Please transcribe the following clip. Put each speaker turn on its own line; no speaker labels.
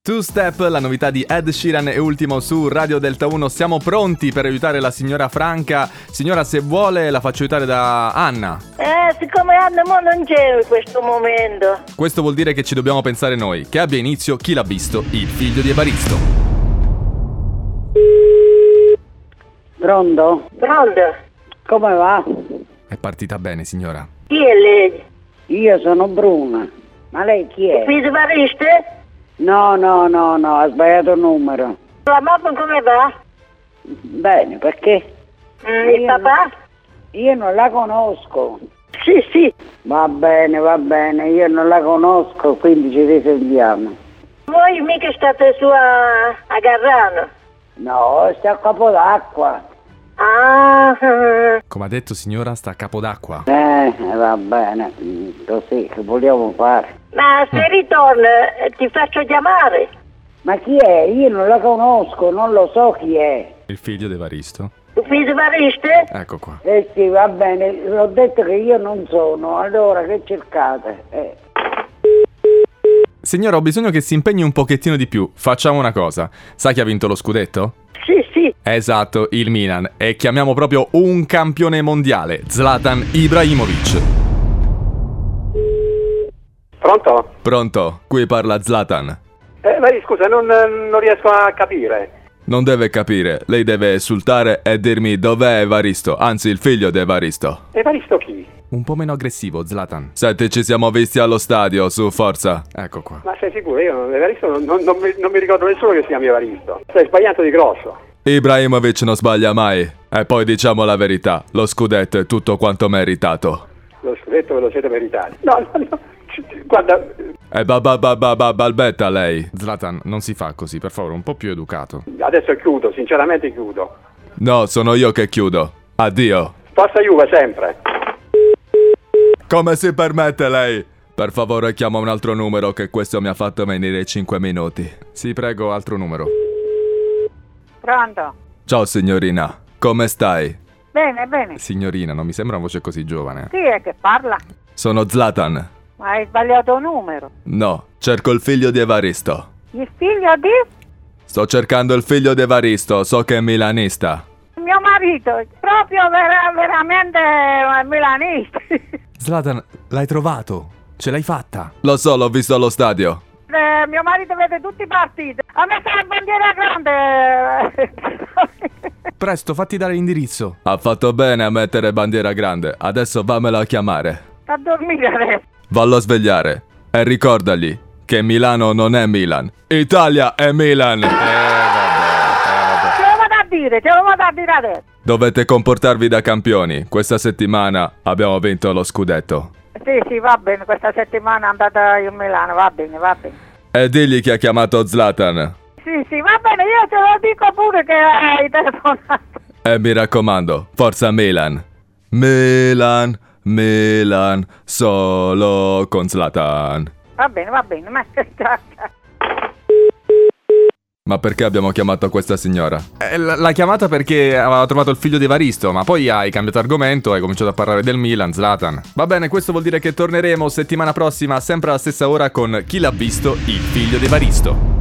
Two Step, la novità di Ed Sheeran e ultimo su Radio Delta 1. Siamo pronti per aiutare la signora Franca. Signora, se vuole la faccio aiutare da Anna.
Siccome Anna non c'è in questo momento.
Questo vuol dire che ci dobbiamo pensare noi. Che abbia inizio Chi l'ha visto, il figlio di Evaristo.
Pronto?
Pronto?
Come va?
È partita bene, signora.
Chi è lei?
Io sono Bruna. Ma lei chi è?
Figlio Variste?
No, ha sbagliato il numero.
La mamma come va?
Bene, perché?
Il papà?
Io non la conosco.
Sì.
Va bene, io non la conosco, quindi ci risentiamo.
Voi mica state su a Garrano?
No, sta a Capodacqua.
Ah,
Come ha detto, signora, sta a Capodacqua.
Va bene, così, che vogliamo fare?
ma se ritorna ti faccio chiamare.
Ma chi è? Io non la conosco, non lo so chi è.
Il figlio di Evaristo?
Tu figlio Variste?
Ecco qua.
Sì, va bene, l'ho detto che io non sono, allora che cercate?
Signora, ho bisogno che si impegni un pochettino di più. Facciamo una cosa. Sa chi ha vinto lo scudetto?
Sì.
Esatto, il Milan. E chiamiamo proprio un campione mondiale, Zlatan Ibrahimovic.
Pronto?
Pronto? Qui parla Zlatan.
Ma scusa, non riesco a capire.
Non deve capire, lei deve esultare e dirmi dov'è Evaristo, anzi il figlio di Evaristo.
Evaristo chi?
Un po' meno aggressivo, Zlatan. Senti, ci siamo visti allo stadio, su, forza. Ecco qua.
Ma sei sicuro? Io Evaristo non mi ricordo nessuno che si chiami Evaristo. Stai sbagliando di grosso.
Ibrahimovic non sbaglia mai. E poi diciamo la verità, lo scudetto è tutto quanto meritato.
Lo scudetto ve lo siete meritati. No. Guarda...
E balbetta lei. Zlatan, non si fa così, per favore, un po' più educato.
Adesso chiudo, sinceramente chiudo.
No, sono io che chiudo. Addio.
Forza Juve sempre.
Come si permette lei? Per favore chiama un altro numero che questo mi ha fatto venire 5 minuti. Sì, prego, altro numero.
Pronto?
Ciao signorina, come stai?
Bene.
Signorina, non mi sembra una voce così giovane.
Chi è che parla?
Sono Zlatan.
Ma hai sbagliato numero.
No, cerco il figlio di Evaristo.
Il figlio di
Sto cercando il figlio di Evaristo, so che è milanista.
mio marito, proprio veramente milanista.
Zlatan, l'hai trovato? Ce l'hai fatta? Lo so, l'ho visto allo stadio.
Mio marito vede tutti i partiti. Ha messo la bandiera grande.
Presto, fatti dare l'indirizzo. Ha fatto bene a mettere bandiera grande, adesso vammelo a chiamare.
A dormire adesso.
Vallo a svegliare e ricordagli che Milano non è Milan, Italia è Milan. Vabbè.
Ce lo vado a dire adesso.
Dovete comportarvi da campioni. Questa settimana abbiamo vinto lo scudetto.
Sì, va bene, questa settimana è andata in Milano, va bene.
E digli che ha chiamato Zlatan.
Sì, va bene, io te lo dico pure che hai telefonato.
E mi raccomando, forza Milan. Milan, solo con Zlatan.
Va bene, ma
Ma perché abbiamo chiamato questa signora? L'ha chiamata perché aveva trovato il figlio di Evaristo, ma poi hai cambiato argomento e hai cominciato a parlare del Milan, Zlatan. Va bene, questo vuol dire che torneremo settimana prossima, sempre alla stessa ora, con Chi l'ha visto, il figlio di Evaristo.